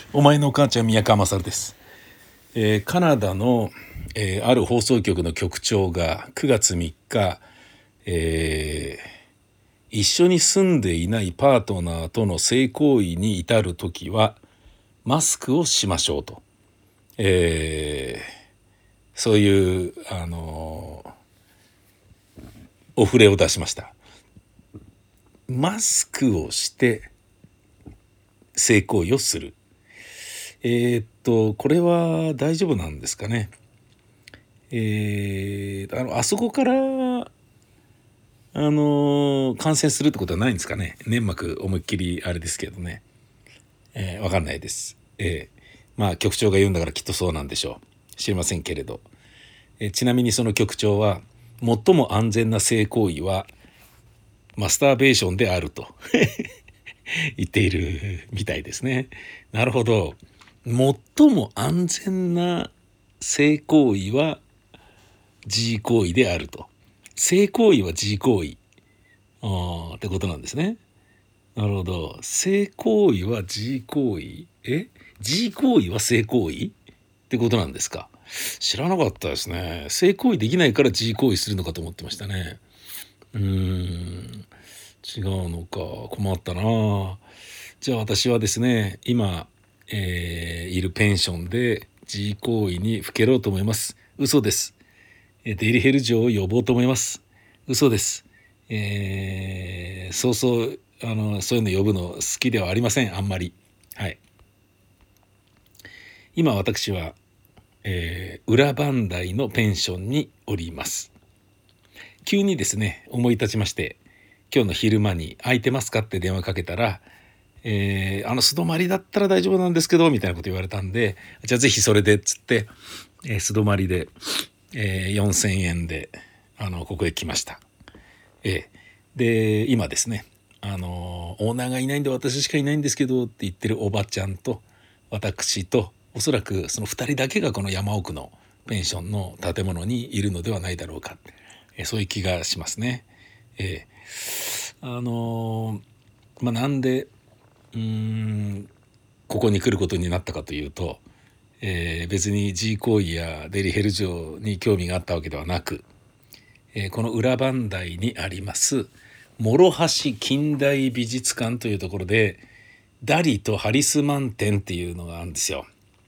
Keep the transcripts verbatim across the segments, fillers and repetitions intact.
お前のお母ちゃん宮川勝です、えーカナダの、えーある放送局の局長がくがつみっか、えー一緒に住んでいないパートナーとの性行為に至るときはマスクをしましょうと、えーそういうあのお触れを出しました。マスクをして性行為をする、えーっとこれは大丈夫なんですかね。えー、あのあそこからあの感染するってことはないんですかね。粘膜思いっきりあれですけどね、えー、分かんないです。えー、まあ局長が言うんだからきっとそうなんでしょう。知りませんけれど、えー、ちなみにその局長は最も安全な性行為はマスターベーションであると言っているみたいですね。なるほど。最も安全な性行為は自慰行為であると。性行為は自慰行為あってことなんですね。なるほど。性行為は自慰行為、え自慰行為は性行為ってことなんですか。知らなかったですね。性行為できないから自慰行為するのかと思ってましたね。うーん違うのか。困ったな。じゃあ私はですね今、えーいるペンションで自慰行為にふけろうと思います。嘘です。えデリヘル嬢を呼ぼうと思います。嘘です。えーそうそうあのそういうの呼ぶの好きではありません、あんまり。はい。今私は、えー裏磐梯のペンションにおります。急にですね思い立ちまして、今日の昼間に空いてますかって電話かけたら、えーあの素泊まりだったら大丈夫なんですけどみたいなこと言われたんで、じゃあぜひそれでっつって、えー素泊まりで、えーよんせんえんであのここへ来ました。えーで今ですねあのオーナーがいないんで私しかいないんですけどって言ってるおばちゃんと私と、おそらくそのふたりだけがこの山奥のペンションの建物にいるのではないだろうか、えーそういう気がしますね。えーあのーまあなんでうーんここに来ることになったかというと、えー別に G 行為やデリヘル嬢に興味があったわけではなく、えーこの裏磐梯にあります諸橋近代美術館というところでダリとハリスマン展っていうのがあるんですよ。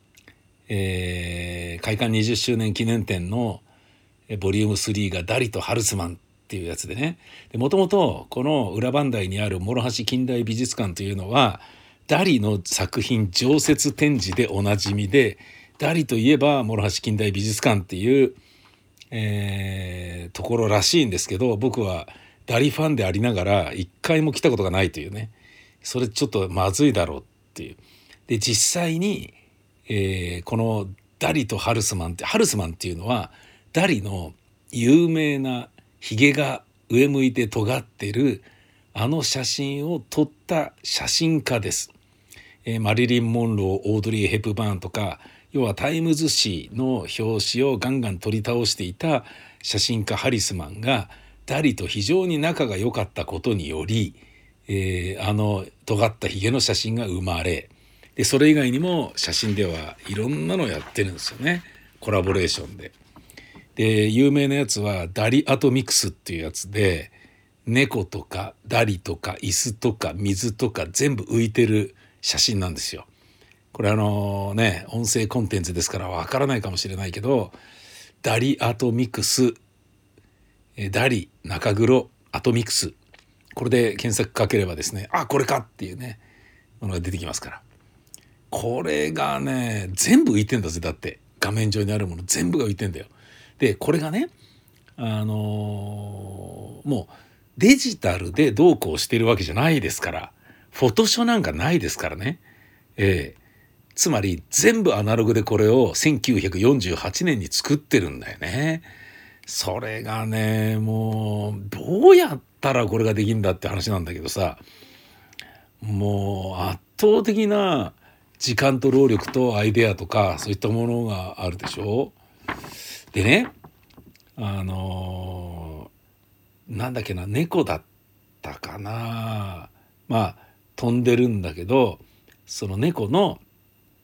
えー開館にじゅっしゅうねん記念展のボリュームスリーがダリとハルスマンっていうやつでね、もともとこの裏磐梯にある諸橋近代美術館というのはダリの作品常設展示でおなじみで、ダリといえば諸橋近代美術館っていう、えーところらしいんですけど、僕はダリファンでありながら一回も来たことがないというね、それちょっとまずいだろうっていう。で実際に、えーこのダリとハルスマンって、ハルスマンっていうのはダリの有名なひげが上向いて尖ってるあの写真を撮った写真家です。えーマリリン・モンロー、オードリー・ヘプバーンとか、要はタイムズ紙の表紙をガンガン取り倒していた写真家ハリスマンがダリと非常に仲が良かったことにより、えーあの尖ったひげの写真が生まれ、でそれ以外にも写真ではいろんなのやってるんですよね、コラボレーションで。で有名なやつはダリアトミクスっていうやつで、猫とかダリとか椅子とか水とか全部浮いてる写真なんですよ。これあのね音声コンテンツですからわからないかもしれないけど、ダリアトミクス、ダリ中黒アトミクス、これで検索かければですね、あこれかっていうねものが出てきますから。これがね全部浮いてんだぜ。だって画面上にあるもの全部が浮いてんだよ。でこれがねあのーもうデジタルでどうこうしてるわけじゃないですから、フォトショーなんかないですからね。ええつまり全部アナログでこれをせんきゅうひゃくよんじゅうはちねんに作ってるんだよね。それがねもうどうやったらこれができるんだって話なんだけどさ、もう圧倒的な時間と労力とアイデアとかそういったものがあるでしょ。でねあのーなんだっけな、猫だったかな、まあ飛んでるんだけど、その猫の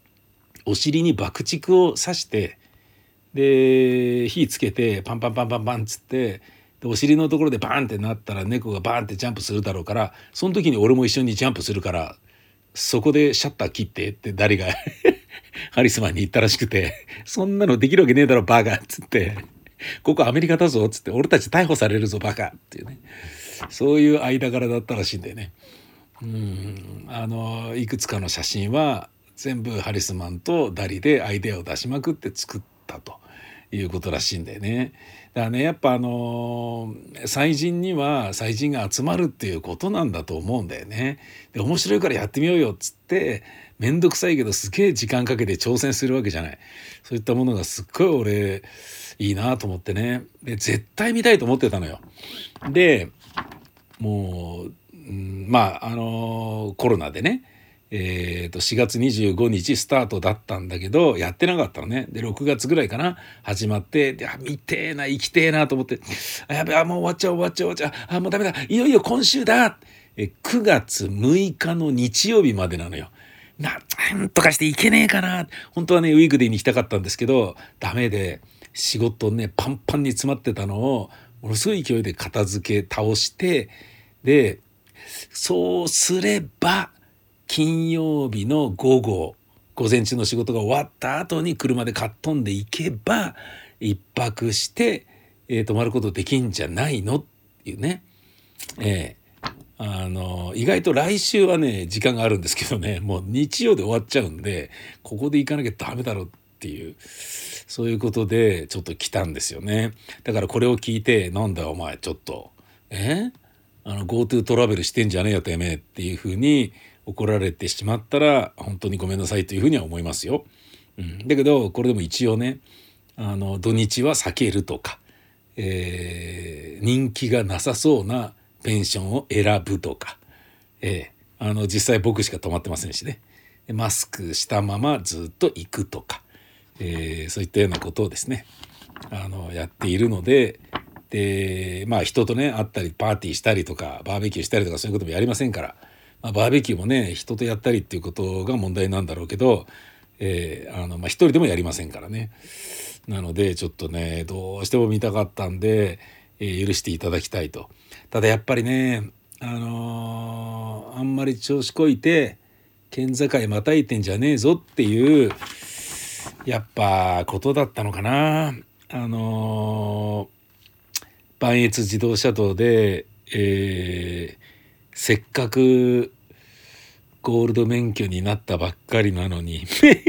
お尻に爆竹を刺してで火つけてパンパンパンパンパンっつってでお尻のところでバーンってなったら猫がバーンってジャンプするだろうからその時に俺も一緒にジャンプするからそこでシャッター切ってって誰がハリスマンに言ったらしくてそんなのできるわけねえだろバカっつってここアメリカだぞっつって俺たち逮捕されるぞバカっていうねそういう間柄だったらしいんだよね。うんあのいくつかの写真は全部ハリスマンとダリでアイデアを出しまくって作ったということらしいんだよね。だからねやっぱあの祭神には祭神が集まるっていうことなんだと思うんだよね。で面白いからやってみようよっつってめんどくさいけどすげえ時間かけて挑戦するわけじゃない。そういったものがすっごい俺いいなと思ってねで絶対見たいと思ってたのよ。でもう、うん、まああのコロナでねえー、としがつにじゅうごにちスタートだったんだけどやってなかったのね。でろくがつぐらいかな始まってであ見てえな行きてえなと思ってあやべあもう終わっちゃう終わっちゃう終わっちゃうあもうダメだいよいよ今週だえくがつむいかの日曜日までなのよ。ななんとかしていけねえかな本当はねウィークデーに行きたかったんですけどダメで仕事ねパンパンに詰まってたのをものすごい勢いで片付け倒してでそうすれば金曜日の午後午前中の仕事が終わった後に車でかっ飛んでいけば一泊して、えー、泊まることできんじゃないのっていうね、えー、あの意外と来週はね時間があるんですけどねもう日曜で終わっちゃうんでここで行かなきゃダメだろうっていうそういうことでちょっと来たんですよね。だからこれを聞いてなんだお前ちょっとえあの GoTo トラベルしてんじゃねえよてめえっていうふうに怒られてしまったら本当にごめんなさいというふうには思いますよ。うん、だけどこれでも一応ねあの土日は避けるとか、えー、人気がなさそうなペンションを選ぶとか、えー、あの実際僕しか泊まってませんしねマスクしたままずっと行くとか、えー、そういったようなことをですねあのやっているのででまあ人とね会ったりパーティーしたりとかバーベキューしたりとかそういうこともやりませんから。まあ、バーベキューもね人とやったりっていうことが問題なんだろうけど、えーあのまあ、一人でもやりませんからね。なのでちょっとねどうしても見たかったんで、えー許していただきたいと。ただやっぱりね、あのーあんまり調子こいて県境またいてんじゃねえぞっていうやっぱことだったのかな。あのー、磐越自動車道で、えーせっかくゴールド免許になったばっかりなのに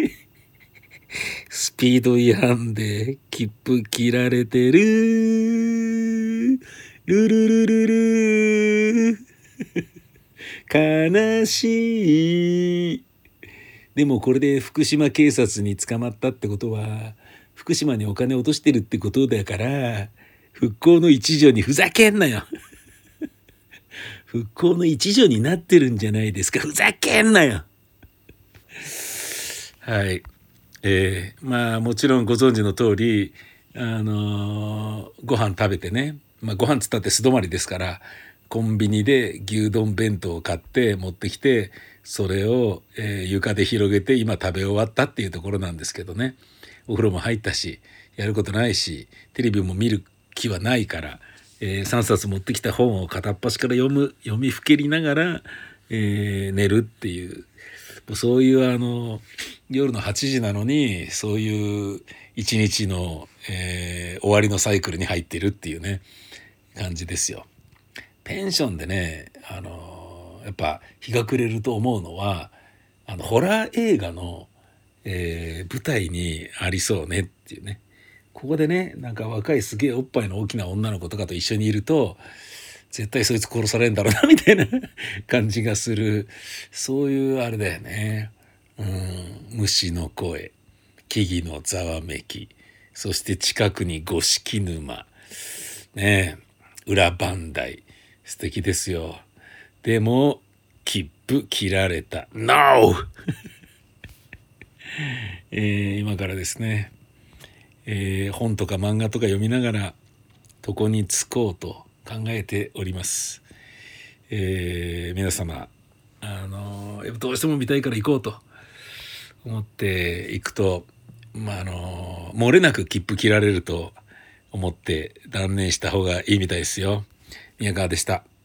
スピード違反で切符切られてるルルルルル悲しい。でもこれで福島警察に捕まったってことは福島にお金落としてるってことだから復興の一助にふざけんなよ復興の一助になってるんじゃないですかふざけんなよ。はいえー、まあもちろんご存知の通りあのー、ご飯食べてね、まあ、ご飯つったって素泊まりですからコンビニで牛丼弁当を買って持ってきてそれを、えー、床で広げて今食べ終わったっていうところなんですけどね。お風呂も入ったしやることないしテレビも見る気はないからえー、さんさつ持ってきた本を片っ端から読む読みふけりながら、えー、寝るっていうそういうあの夜のはちじなのにそういう一日の、えー、終わりのサイクルに入ってるっていうね感じですよ。ペンションでねあのやっぱ日が暮れると思うのはあのホラー映画の、えー、舞台にありそうねっていうね。ここでねなんか若いすげえおっぱいの大きな女の子とかと一緒にいると絶対そいつ殺されるんだろうなみたいな感じがするそういうあれだよね。うん虫の声木々のざわめきそして近くに五色沼ねえ裏磐梯素敵ですよ。でも切符切られた ノー えー、今からですねえー、本とか漫画とか読みながら床に就こうと考えております。えー、皆様あのー、どうしても見たいから行こうと思っていくと、まああの漏れなく切符切られると思って断念した方がいいみたいですよ。宮川でした。